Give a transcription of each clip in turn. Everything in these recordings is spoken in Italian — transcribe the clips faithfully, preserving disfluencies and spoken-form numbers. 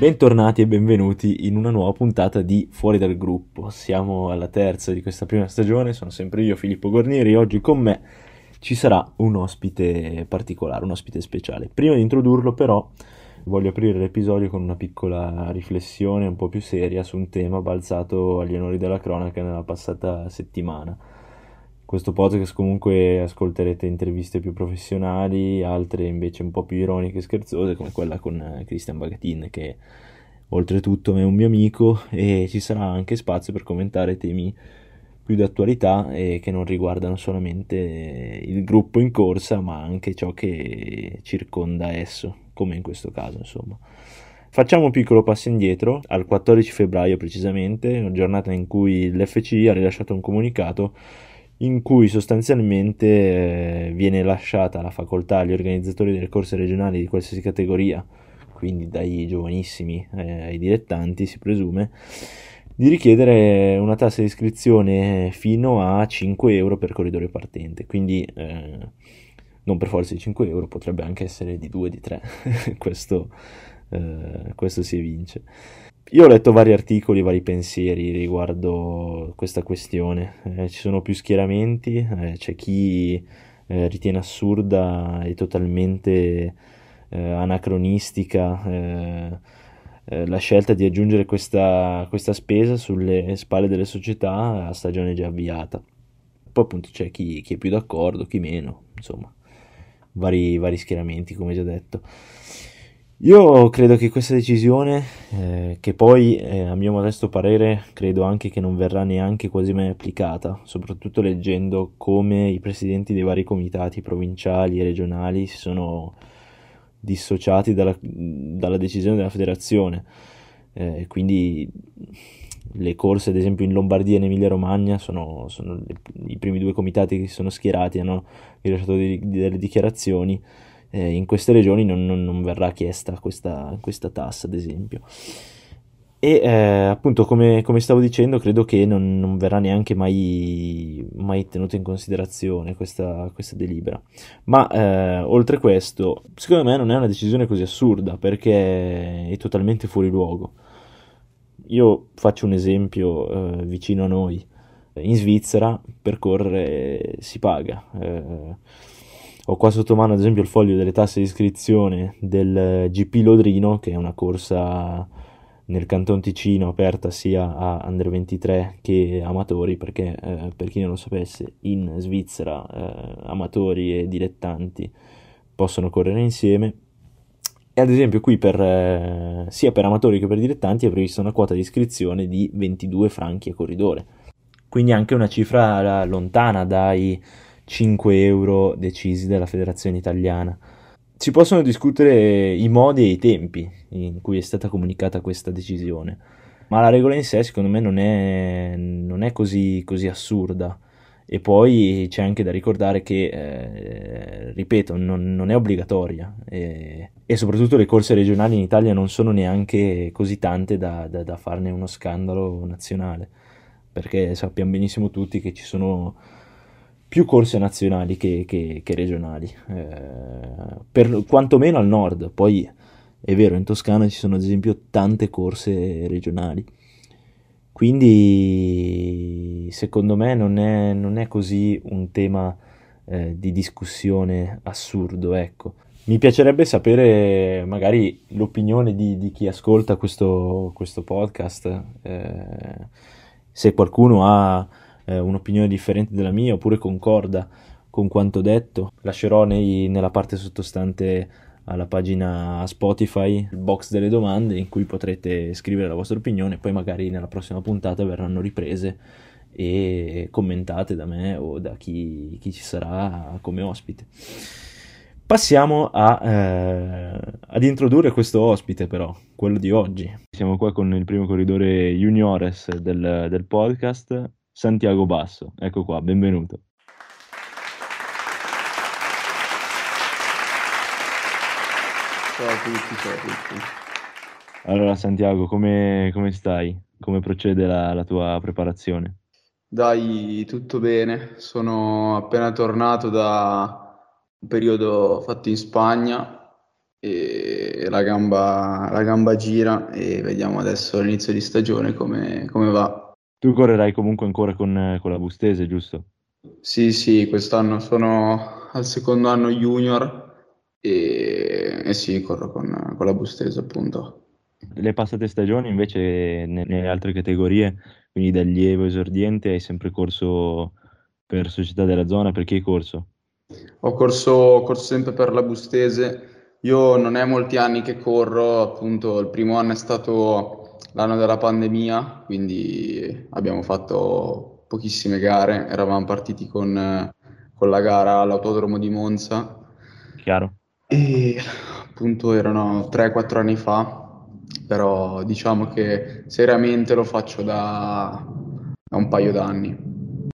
Bentornati e benvenuti in una nuova puntata di Fuori dal Gruppo. Siamo alla terza di questa prima stagione, sono sempre io, Filippo Gornieri, e oggi con me ci sarà un ospite particolare, un ospite speciale. Prima di introdurlo però voglio aprire l'episodio con una piccola riflessione un po' più seria su un tema balzato agli onori della cronaca nella passata settimana. Questo podcast comunque ascolterete interviste più professionali, altre invece un po' più ironiche e scherzose, come quella con Christian Bagatin, che oltretutto è un mio amico, e ci sarà anche spazio per commentare temi più d'attualità e che non riguardano solamente il gruppo in corsa, ma anche ciò che circonda esso, come in questo caso, insomma. Facciamo un piccolo passo indietro, al quattordici febbraio precisamente, una giornata in cui l'F C I ha rilasciato un comunicato in cui sostanzialmente eh, viene lasciata la facoltà agli organizzatori delle corse regionali di qualsiasi categoria, quindi dai giovanissimi eh, ai dilettanti si presume, di richiedere una tassa di iscrizione fino a cinque euro per corridoio partente, quindi eh, non per forza di cinque euro, potrebbe anche essere di due, di tre, questo, eh, questo si evince. Io ho letto vari articoli, vari pensieri riguardo questa questione, eh, ci sono più schieramenti, eh, c'è chi eh, ritiene assurda e totalmente eh, anacronistica eh, eh, la scelta di aggiungere questa, questa spesa sulle spalle delle società a stagione già avviata. Poi appunto c'è chi, chi è più d'accordo, chi meno, insomma, vari, vari schieramenti come già detto. Io credo che questa decisione, eh, che poi eh, a mio modesto parere credo anche che non verrà neanche quasi mai applicata, soprattutto leggendo come i presidenti dei vari comitati provinciali e regionali si sono dissociati dalla, dalla decisione della federazione. Eh, quindi le corse ad esempio in Lombardia e in Emilia Romagna sono, sono le, i primi due comitati che si sono schierati, hanno rilasciato dei- delle dichiarazioni. Eh, in queste regioni non, non- non verrà chiesta questa, questa tassa, ad esempio. E eh, appunto, come, come stavo dicendo, credo che non, non verrà neanche mai, mai tenuta in considerazione questa, questa delibera. Ma eh, oltre questo, secondo me non è una decisione così assurda, perché è totalmente fuori luogo. Io faccio un esempio eh, vicino a noi. In Svizzera per correre si paga. Eh, ho qua sotto mano ad esempio il foglio delle tasse di iscrizione del G P Lodrino, che è una corsa nel Canton Ticino aperta sia a Under ventitré che amatori, perché eh, per chi non lo sapesse in Svizzera eh, amatori e dilettanti possono correre insieme. E ad esempio qui per, eh, sia per amatori che per dilettanti è prevista una quota di iscrizione di ventidue franchi a corridore, quindi anche una cifra lontana dai cinque euro decisi dalla federazione italiana. Si possono discutere i modi e i tempi in cui è stata comunicata questa decisione, ma la regola in sé secondo me non è, non è così, così assurda. E poi c'è anche da ricordare che, eh, ripeto, non, non è obbligatoria, e, e soprattutto le corse regionali in Italia non sono neanche così tante da, da, da farne uno scandalo nazionale, perché sappiamo benissimo tutti che ci sono più corse nazionali che, che- che regionali, eh, per, quantomeno al nord. Poi è vero, in Toscana ci sono ad esempio tante corse regionali, quindi secondo me non è, non è così un tema eh, di discussione assurdo, ecco. Mi piacerebbe sapere magari l'opinione di, di chi ascolta questo, questo podcast, eh, se qualcuno ha eh, un'opinione differente della mia oppure concorda con quanto detto. Lascerò nei- nella parte sottostante alla pagina Spotify il box delle domande in cui potrete scrivere la vostra opinione, poi magari nella prossima puntata verranno riprese e commentate da me o da chi, chi ci sarà come ospite. Passiamo a, eh, ad introdurre questo ospite, però, quello di oggi. Siamo qua con il primo corridore juniores del, del podcast, Santiago Basso. Ecco qua, benvenuto. Ciao a tutti, ciao a tutti. Allora, Santiago, come, come stai? Come procede la, la tua preparazione? Dai, tutto bene. Sono appena tornato da un periodo fatto in Spagna e la gamba, la gamba gira e vediamo adesso all'inizio di stagione come, come va. Tu correrai comunque ancora con, con la Bustese, giusto? Sì, sì, quest'anno sono al secondo anno junior e, e sì, corro con, con la Bustese appunto. Le passate stagioni invece ne- nelle altre categorie, quindi da allievo esordiente, hai sempre corso per società della zona, per chi hai corso? Ho corso, ho corso sempre per la Bustese. Io non è molti anni che corro, appunto il primo anno è stato l'anno della pandemia, quindi abbiamo fatto pochissime gare. Eravamo partiti con, con la gara all'autodromo di Monza Chiaro? e appunto erano tre quattro anni fa, però diciamo che seriamente lo faccio da, da un paio d'anni.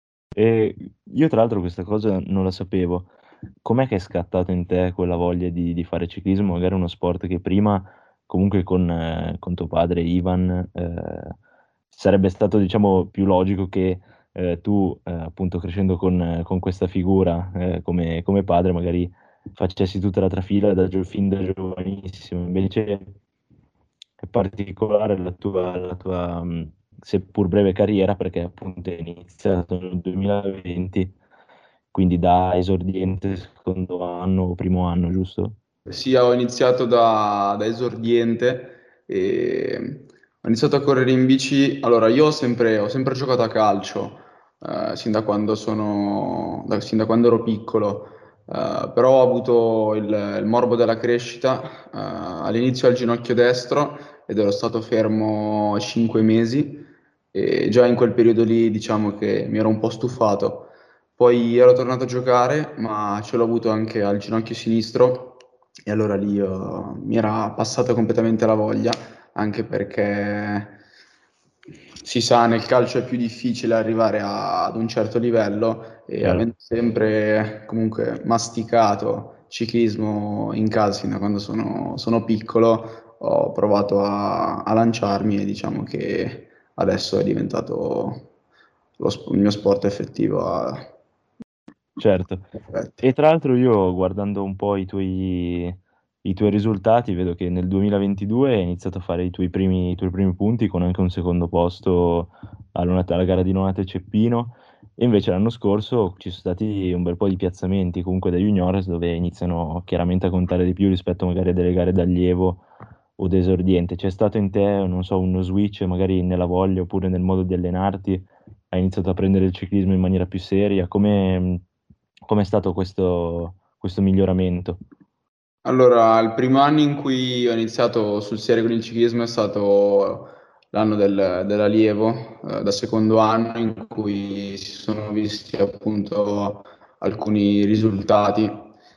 E io tra l'altro questa cosa non la sapevo. Com'è che è scattata in te quella voglia di, di fare ciclismo? Magari uno sport che prima, comunque con, eh, con tuo padre Ivan, eh, sarebbe stato, diciamo, più logico che eh, tu, eh, appunto, crescendo con, eh, con questa figura eh, come, come padre, magari facessi tutta la trafila da, gio- fin da giovanissimo. Invece è particolare la tua, la tua, mh, seppur breve carriera, perché appunto è iniziato nel duemilaventi, quindi da esordiente secondo anno o primo anno, giusto? Sì, ho iniziato da, da esordiente e ho iniziato a correre in bici. Allora, io ho sempre, ho sempre giocato a calcio, eh, sin da quando sono, da- sin da quando ero piccolo, eh, però ho avuto il, il morbo della crescita, eh, all'inizio al ginocchio destro ed ero stato fermo cinque mesi e già in quel periodo lì diciamo che mi ero un po' stufato. Poi ero tornato a giocare, ma ce l'ho avuto anche al ginocchio sinistro e allora lì eh, mi era passata completamente la voglia, anche perché si sa, nel calcio è più difficile arrivare a- ad un certo livello e Chiaro. avendo sempre comunque masticato ciclismo in casa sin da quando sono, sono piccolo, ho provato a, a lanciarmi e diciamo che adesso è diventato lo sp- il mio sport effettivo a Certo. effetti. E tra l'altro io guardando un po' i tuoi, i tuoi risultati, vedo che nel duemilaventidue hai iniziato a fare i tuoi primi, i tuoi primi punti con anche un secondo posto alla, alla gara di Nonate Ceppino, e invece l'anno scorso ci sono stati un bel po' di piazzamenti comunque da juniores dove iniziano chiaramente a contare di più rispetto magari a delle gare d'allievo o d'esordiente. C'è stato in te, non so, uno switch magari nella voglia oppure nel modo di allenarti? Hai iniziato a prendere il ciclismo in maniera più seria? Come, com'è stato questo, questo miglioramento? Allora, il primo anno in cui ho iniziato sul serio con il ciclismo è stato l'anno del, dell'allievo, eh, da secondo anno in cui si sono visti appunto alcuni risultati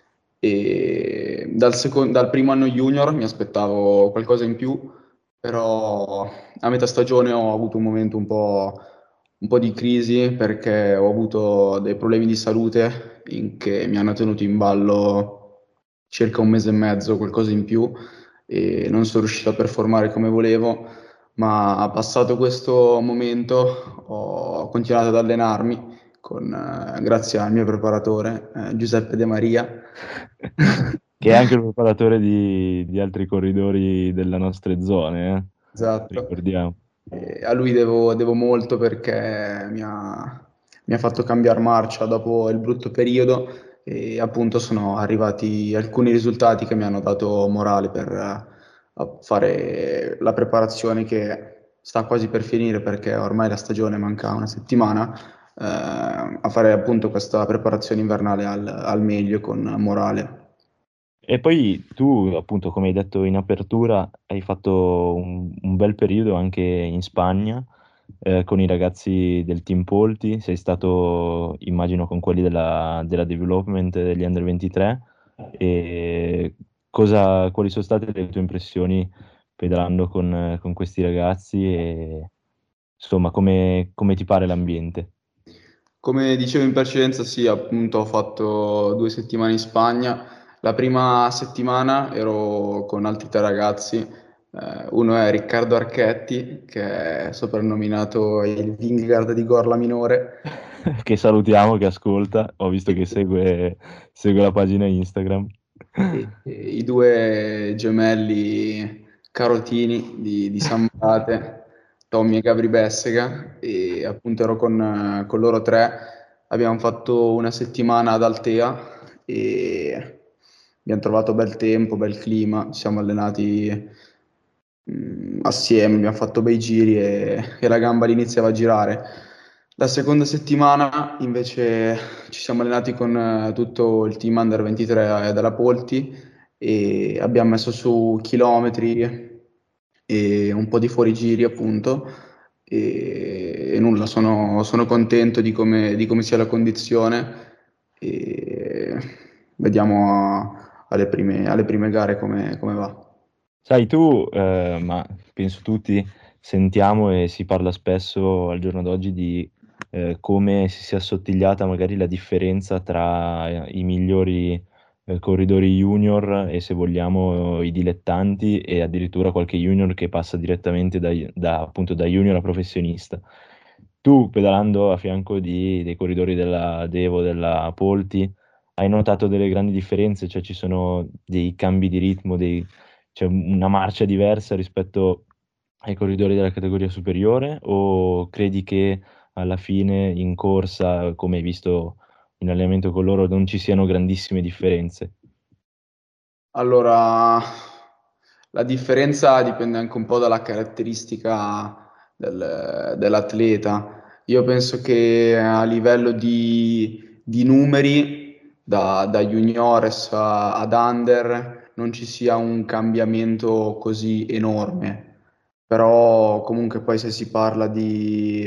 e dal, secon- dal primo anno junior mi aspettavo qualcosa in più, però a metà stagione ho avuto un momento un po', un po' di crisi perché ho avuto dei problemi di salute in- che mi hanno tenuto in ballo circa un mese e mezzo, qualcosa in più, e non sono riuscito a performare come volevo, ma passato questo momento ho continuato ad allenarmi con, eh, grazie al mio preparatore, eh, Giuseppe De Maria. Che è anche il preparatore di, di altri corridori delle nostre zone, eh? Esatto. Ricordiamo. E a lui devo, devo molto perché mi ha, mi ha fatto cambiare marcia dopo il brutto periodo e appunto sono arrivati alcuni risultati che mi hanno dato morale per eh, fare la preparazione che sta quasi per finire perché ormai la stagione manca una settimana, eh, a fare appunto questa preparazione invernale al, al meglio con morale. E poi tu, appunto, come hai detto in apertura, hai fatto un, un bel periodo anche in Spagna eh, con i ragazzi del Team Polti. Sei stato, immagino, con quelli della, della development degli Under ventitré. E cosa, quali sono state le tue impressioni pedalando con, con questi ragazzi? E insomma, come, come ti pare l'ambiente? Come dicevo in precedenza, sì, appunto ho fatto due settimane in Spagna. La prima settimana ero con altri tre ragazzi. Eh, uno è Riccardo Archetti, che è soprannominato il Vingard di Gorla Minore. Che salutiamo, che ascolta. Ho visto che segue, segue la pagina Instagram. e, e i due gemelli carotini di, di San Brate, Tommy e Gabri Bessega, e appunto ero con, con loro tre, abbiamo fatto una settimana ad Altea e abbiamo trovato bel tempo, bel clima, ci siamo allenati mh, assieme, abbiamo fatto bei giri e, e la gamba lì iniziava a girare. La seconda settimana invece ci siamo allenati con eh, tutto il team Under ventitré della Polti e abbiamo messo su chilometri e un po' di fuorigiri appunto e, e nulla, sono, sono contento di come, di come sia la condizione e vediamo a- alle prime, alle prime gare come, come va. Sai, tu, eh, ma penso tutti, sentiamo e si parla spesso al giorno d'oggi di eh, come si sia assottigliata magari la differenza tra eh, i migliori eh, corridori junior e, se vogliamo, i dilettanti, e addirittura qualche junior che passa direttamente da, da, appunto, da junior a professionista. Tu, pedalando a fianco di- dei corridori della Devo, della Polti, hai notato delle grandi differenze? Cioè ci sono dei cambi di ritmo, dei c'è una marcia diversa rispetto ai corridori della categoria superiore, o credi che alla fine in corsa, come hai visto in allenamento con loro, non ci siano grandissime differenze? Allora, la differenza dipende anche un po' dalla caratteristica del- dell'atleta. Io penso che a livello di, di numeri, da, da juniores a- ad under, non ci sia un cambiamento così enorme. Però comunque poi se si parla di,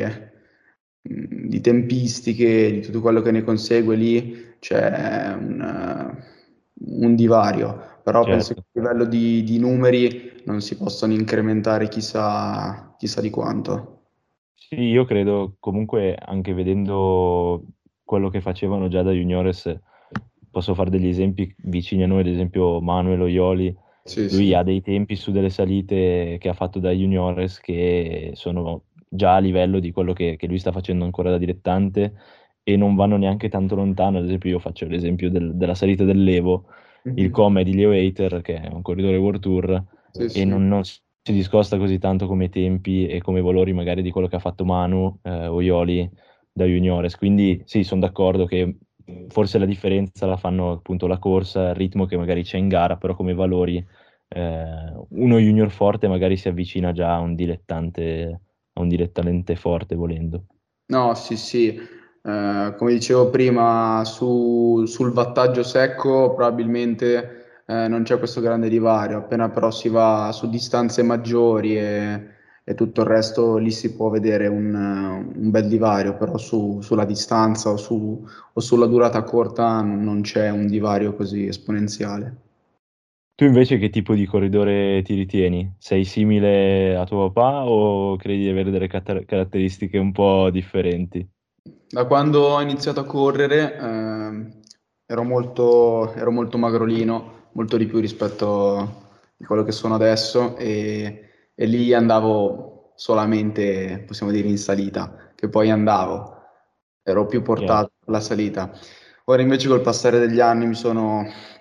mh, di tempistiche, di tutto quello che ne consegue lì, c'è un, un divario, però penso che Certo. a livello di, di numeri non si possano incrementare chissà, chissà di quanto. Sì, io credo comunque, anche vedendo quello che facevano già da juniores, posso fare degli esempi vicini a noi, ad esempio Manuel Oioli. Sì, Lui sì. ha dei tempi su delle salite che ha fatto da juniores che sono già a livello di quello che, che lui sta facendo ancora da dilettante, e non vanno neanche tanto lontano. Ad esempio io faccio l'esempio del- della salita dell'Evo, il Mhm. Come di Leo Hayter, che è un corridore World Tour, Sì, e sì. non, non si discosta così tanto come tempi e come valori magari di quello che ha fatto Manu eh, Oioli da juniores. Quindi sì, sono d'accordo che forse la differenza la fanno appunto la corsa, il ritmo che magari c'è in gara, però come valori eh, uno junior forte magari si avvicina già a un dilettante, a un dilettante forte volendo. No, sì, sì. Eh, come dicevo prima, su- sul wattaggio secco probabilmente eh, non c'è questo grande divario, appena però si va su distanze maggiori e, e tutto il resto lì si può vedere un, un bel divario, però su- sulla distanza o, su- o sulla durata corta non non c'è un divario così esponenziale. Tu invece che tipo di corridore ti ritieni? Sei simile a tuo papà o credi di avere delle catar- caratteristiche un po' differenti? Da quando ho iniziato a correre, ehm, ero molto, ero molto magrolino, molto di più rispetto a quello che sono adesso e, e lì andavo solamente, possiamo dire, in salita, che poi andavo, ero più Chiaro. portato alla salita. Ora invece col passare degli anni mi sono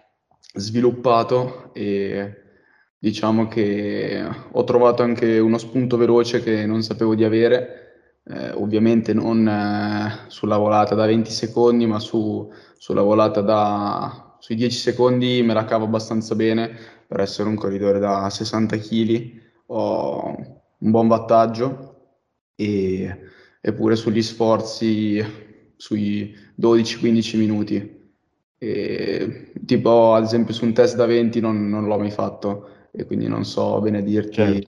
sviluppato e diciamo che ho trovato anche uno spunto veloce che non sapevo di avere. Eh, ovviamente non eh, sulla volata da venti secondi, ma su, sulla volata da, sui dieci secondi me la cavo abbastanza bene per essere un corridore da sessanta chili. Ho un buon wattaggio e, eppure sugli sforzi sui dodici quindici minuti. E, tipo, ad esempio, su un test da venti non, non l'ho mai fatto e quindi non so bene dirti Certo.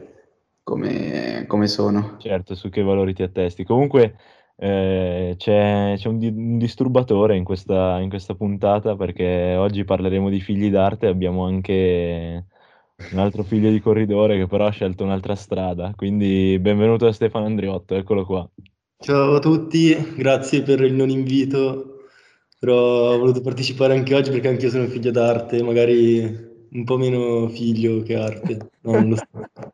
come, come sono. Certo, su che valori ti attesti. Comunque eh, c'è c'è un, di- un disturbatore in questa, in questa puntata, perché oggi parleremo di figli d'arte. Abbiamo anche un altro figlio di corridore che però ha scelto un'altra strada. Quindi benvenuto a Stefano Andriotto, eccolo qua. Ciao a tutti, grazie per il non invito, però ho voluto partecipare anche oggi perché anch'io sono figlio d'arte, magari un po' meno figlio che arte, no, non lo so.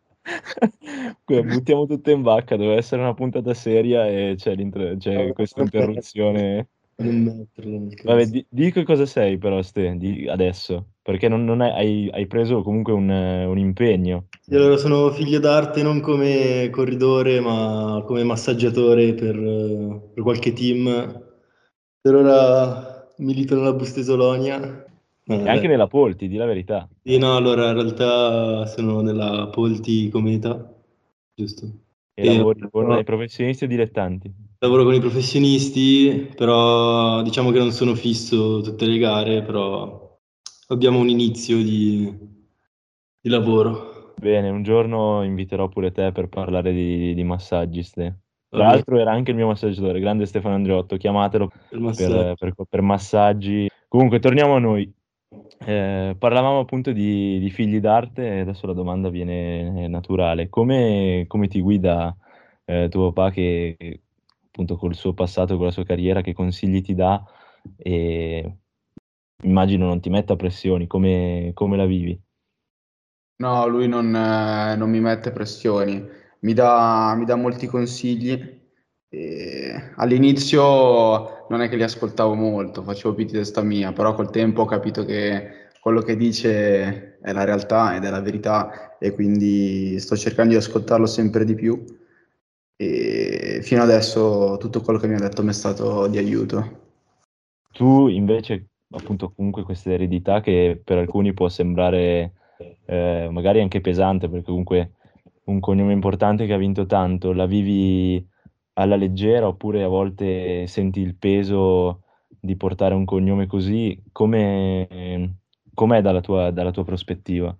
Que- Buttiamo tutto in vacca, doveva essere una puntata seria e c'è, l'inter- c'è questa interruzione. in un metro nel Vabbè, caso. di, di che cosa sei però, Ste, di, adesso? Perché non, non hai, hai- hai preso comunque un, eh, un impegno. Sì, allora sono figlio d'arte non come corridore, ma come massaggiatore per, eh, per qualche team. Per ora milito nella Bustesolonia. No, E anche vabbè. nella Polti, di la verità. Sì, no, allora in realtà sono nella Polti Cometa, giusto? E E lavori con lavoro i professionisti o dilettanti. lavoro con i professionisti, però diciamo che non sono fisso tutte le gare, però abbiamo un inizio di, di lavoro. Bene, un giorno inviterò pure te per parlare di, di massaggi, Ste. Va Tra bene, l'altro era anche il mio massaggiatore, grande Stefano Andreotto, chiamatelo il massaggio. per, per- per massaggi. Comunque, torniamo a noi. Eh, parlavamo appunto di, di figli d'arte e adesso la domanda viene naturale. Come, come ti guida eh, tuo papà che, che, appunto col suo passato, con la sua carriera, che consigli ti dà e immagino non ti metta pressioni, come, come la vivi? No, lui non, eh, non mi mette pressioni, mi dà, mi dà molti consigli. E all'inizio non è che li ascoltavo molto, facevo più di testa mia, però col tempo ho capito che quello che dice è la realtà ed è la verità e quindi sto cercando di ascoltarlo sempre di più e fino adesso tutto quello che mi ha detto mi è stato di aiuto. Tu invece, appunto, comunque questa eredità che per alcuni può sembrare eh, magari anche pesante, perché comunque un cognome importante che ha vinto tanto, la vivi alla leggera oppure a volte senti il peso di portare un cognome così? Come, com'è dalla tua, dalla tua prospettiva?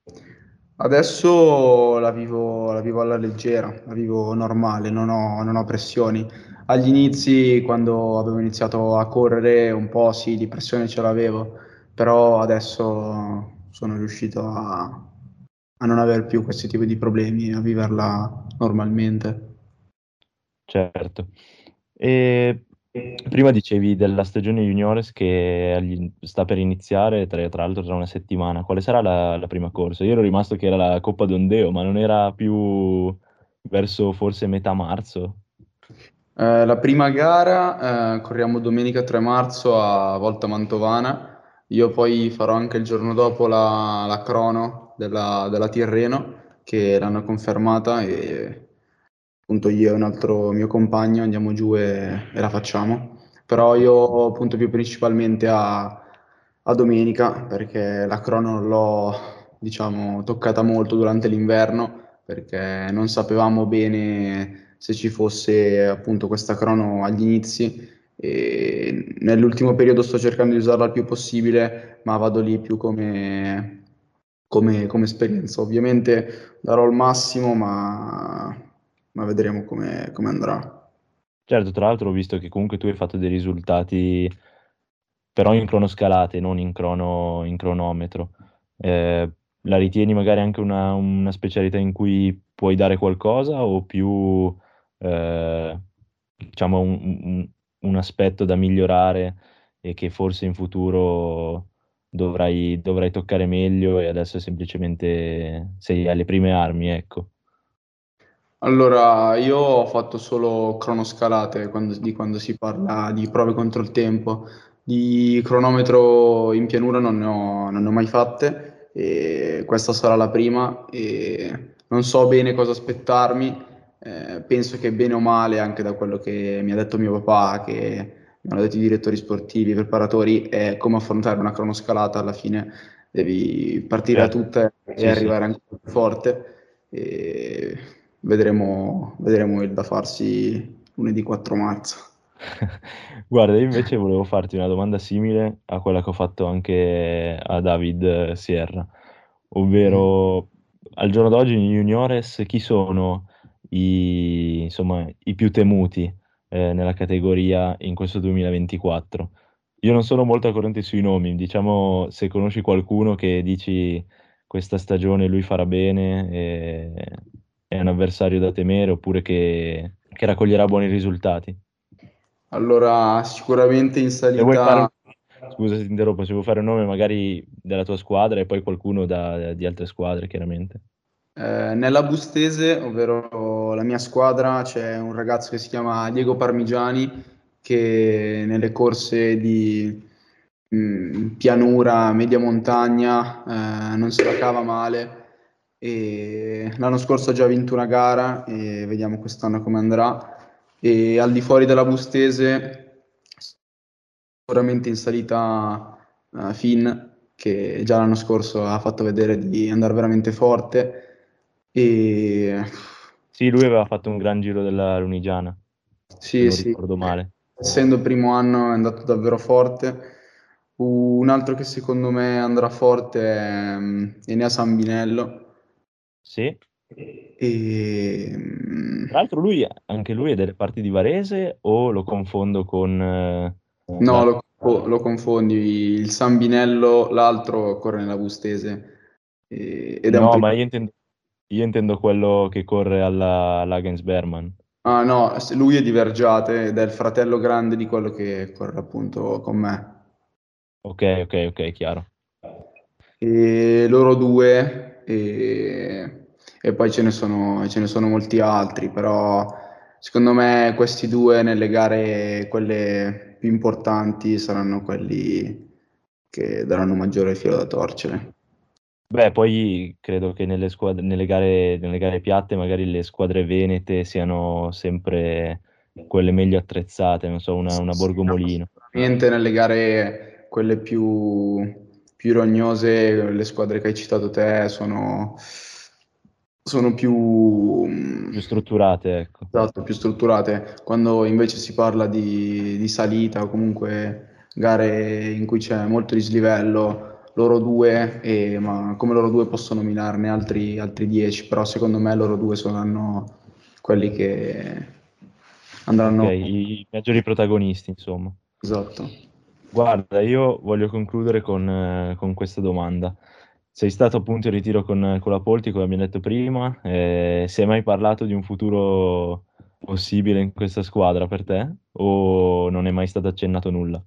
Adesso la vivo, la vivo alla leggera, la vivo normale, non ho, non ho pressioni. Agli inizi, quando avevo iniziato a correre, un po' sì, di pressione ce l'avevo, però adesso sono riuscito a, a non avere più questi tipi di problemi, a viverla normalmente. Certo. E prima dicevi della stagione juniores che agli- sta per iniziare, tra, tra l'altro tra una settimana. Quale sarà la, la prima corsa? Io ero rimasto che era la Coppa Dondeo, ma non era più verso forse metà marzo? Eh, la prima gara, eh, corriamo domenica tre marzo a Volta Mantovana. Io poi farò anche il giorno dopo la, la crono della, della Tirreno, che l'hanno confermata e appunto io e un altro mio compagno andiamo giù e, e la facciamo. Però io punto più principalmente a, a domenica, perché la crono non l'ho, diciamo, toccata molto durante l'inverno perché non sapevamo bene se ci fosse appunto questa crono agli inizi e nell'ultimo periodo sto cercando di usarla il più possibile, ma vado lì più come, come- come esperienza. Ovviamente darò il massimo, ma, ma vedremo come, come andrà. Certo, tra l'altro ho visto che comunque tu hai fatto dei risultati, però in cronoscalate, non in crono, in cronometro. Eh, la ritieni magari anche una, una specialità in cui puoi dare qualcosa o più, eh, diciamo, un, un- un aspetto da migliorare e che forse in futuro dovrai, dovrai toccare meglio e adesso semplicemente sei alle prime armi, ecco. Allora, io ho fatto solo cronoscalate quando- di quando si parla di prove contro il tempo. Di cronometro in pianura non ne ho, non ne ho mai fatte e questa sarà la prima e non so bene cosa aspettarmi. Eh, penso che bene o male, anche da quello che mi ha detto mio papà, che mi hanno detto i direttori sportivi, i preparatori, è come affrontare una cronoscalata alla fine. Devi partire a Certo, tutte e sì, sì. arrivare ancora più forte e vedremo, vedremo il da farsi lunedì quattro marzo. Guarda, io invece volevo farti una domanda simile a quella che ho fatto anche a David eh, Sierra, Mm. ovvero al giorno d'oggi in juniores chi sono i, insomma, i più temuti eh, nella categoria in questo duemilaventiquattro? Io non sono molto a corrente sui nomi, diciamo se conosci qualcuno che dici questa stagione lui farà bene, e è un avversario da temere oppure che che raccoglierà buoni risultati. Allora, sicuramente in Se vuoi fare un... salita, Scusa se ti interrompo, se vuoi fare un nome magari della tua squadra e poi qualcuno da- di altre squadre, chiaramente. eh, nella Bustese, ovvero la mia squadra, c'è un ragazzo che si chiama Diego Parmigiani, che nelle corse di mh, pianura, media montagna, eh, non se la cava male. E l'anno scorso ha già vinto una gara e vediamo quest'anno come andrà. E al di fuori della Bustese, sicuramente in salita eh, Finn, che già l'anno scorso ha fatto vedere di andare veramente forte. E Sì, lui aveva fatto un gran giro della Lunigiana, se sì, non sì, ricordo male. essendo il primo anno è andato davvero forte. Un altro che secondo me andrà forte è mm, Enea Sambinello. Sì. E, mm, Tra l'altro lui, anche lui è delle parti di Varese o lo confondo con eh, no, l'altro? lo, lo confondi, il Sambinello, l'altro corre nella Bustese. E- ed è un No, primo. ma io intendo, io intendo quello che corre alla, all'Agens Berman. Ah no, lui è di Vergiate ed è il fratello grande di quello che corre appunto con me. Ok, ok, ok, chiaro. E loro due, e, e poi ce ne sono, ce ne sono molti altri, però secondo me questi due nelle gare, quelle più importanti, saranno quelli che daranno maggiore filo da torcere. Beh, poi credo che nelle squadre, nelle gare, nelle gare piatte magari le squadre venete siano sempre quelle meglio attrezzate, non so, una, Sì, una sì, no, Borgomolino. sicuramente nelle gare quelle più, più rognose, le squadre che hai citato te sono, sono più, Più strutturate, ecco. esatto, più strutturate. Quando invece si parla di, di salita o comunque gare in cui c'è molto dislivello, loro due, e- ma come loro due posso nominarne altri, altri dieci, però secondo me loro due saranno quelli che Ok, andranno. i, i maggiori protagonisti, insomma. Esatto. Guarda, io voglio concludere con, eh, con questa domanda. Sei stato appunto in ritiro con, con la Polti, come abbiamo detto prima, eh, si è mai parlato di un futuro possibile in questa squadra per te o non è mai stato accennato nulla?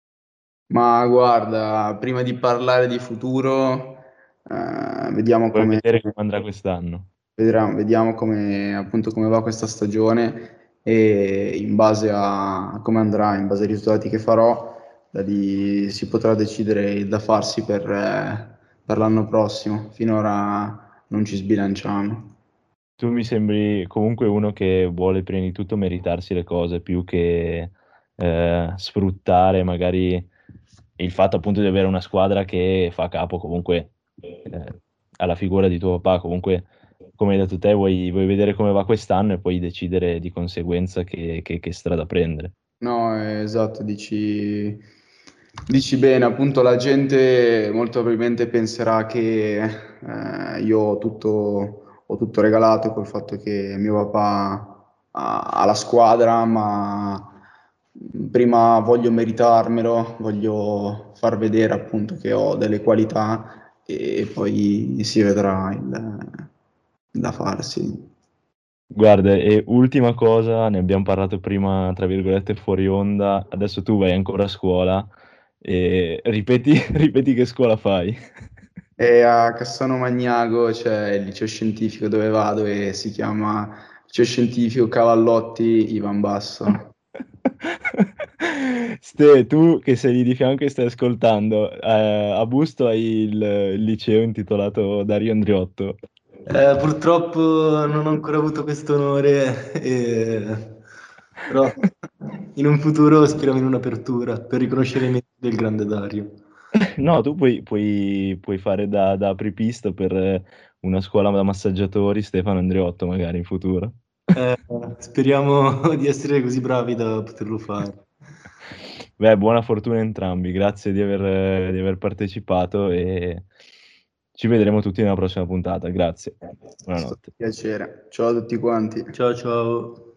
Ma guarda, prima di parlare di futuro, eh, vediamo Vuoi come, vedere come andrà quest'anno? vedremo- vediamo come, appunto, come va questa stagione e in base a come andrà, in base ai risultati che farò, da lì si potrà decidere il da farsi per, eh, per l'anno prossimo. Finora non ci sbilanciamo. Tu mi sembri comunque uno che vuole prima di tutto meritarsi le cose più che eh, sfruttare magari il fatto appunto di avere una squadra che fa capo comunque eh, alla figura di tuo papà. Comunque, come hai detto te, vuoi, vuoi vedere come va quest'anno e poi decidere di conseguenza che, che- che strada prendere. No, eh, esatto, dici, dici bene, appunto la gente molto probabilmente penserà che eh, io ho tutto, ho tutto regalato col fatto che mio papà ha, ha la squadra, ma prima voglio meritarmelo, voglio far vedere appunto che ho delle qualità e poi si vedrà il, da farsi. Guarda, e ultima cosa, ne abbiamo parlato prima, tra virgolette, fuori onda, adesso tu vai ancora a scuola e ripeti, ripeti che scuola fai. E a Cassano Magnago c'è il liceo scientifico dove vado e si chiama Liceo Scientifico Cavallotti Ivan Basso. Ste, tu che sei lì di fianco e stai ascoltando, eh, a Busto hai il, il liceo intitolato Dario Andriotto. Eh, purtroppo non ho ancora avuto questo onore, e- però in un futuro speriamo in un'apertura per riconoscere i meriti del grande Dario. No, tu puoi, puoi- puoi fare da, da apripista per eh, una scuola da massaggiatori, Stefano Andriotto, magari in futuro. Eh, speriamo di essere così bravi da poterlo fare. Beh, buona fortuna a entrambi, grazie di aver, di aver partecipato e ci vedremo tutti nella prossima puntata. Grazie. È stato Buonanotte. un piacere. Ciao a tutti quanti. Ciao ciao.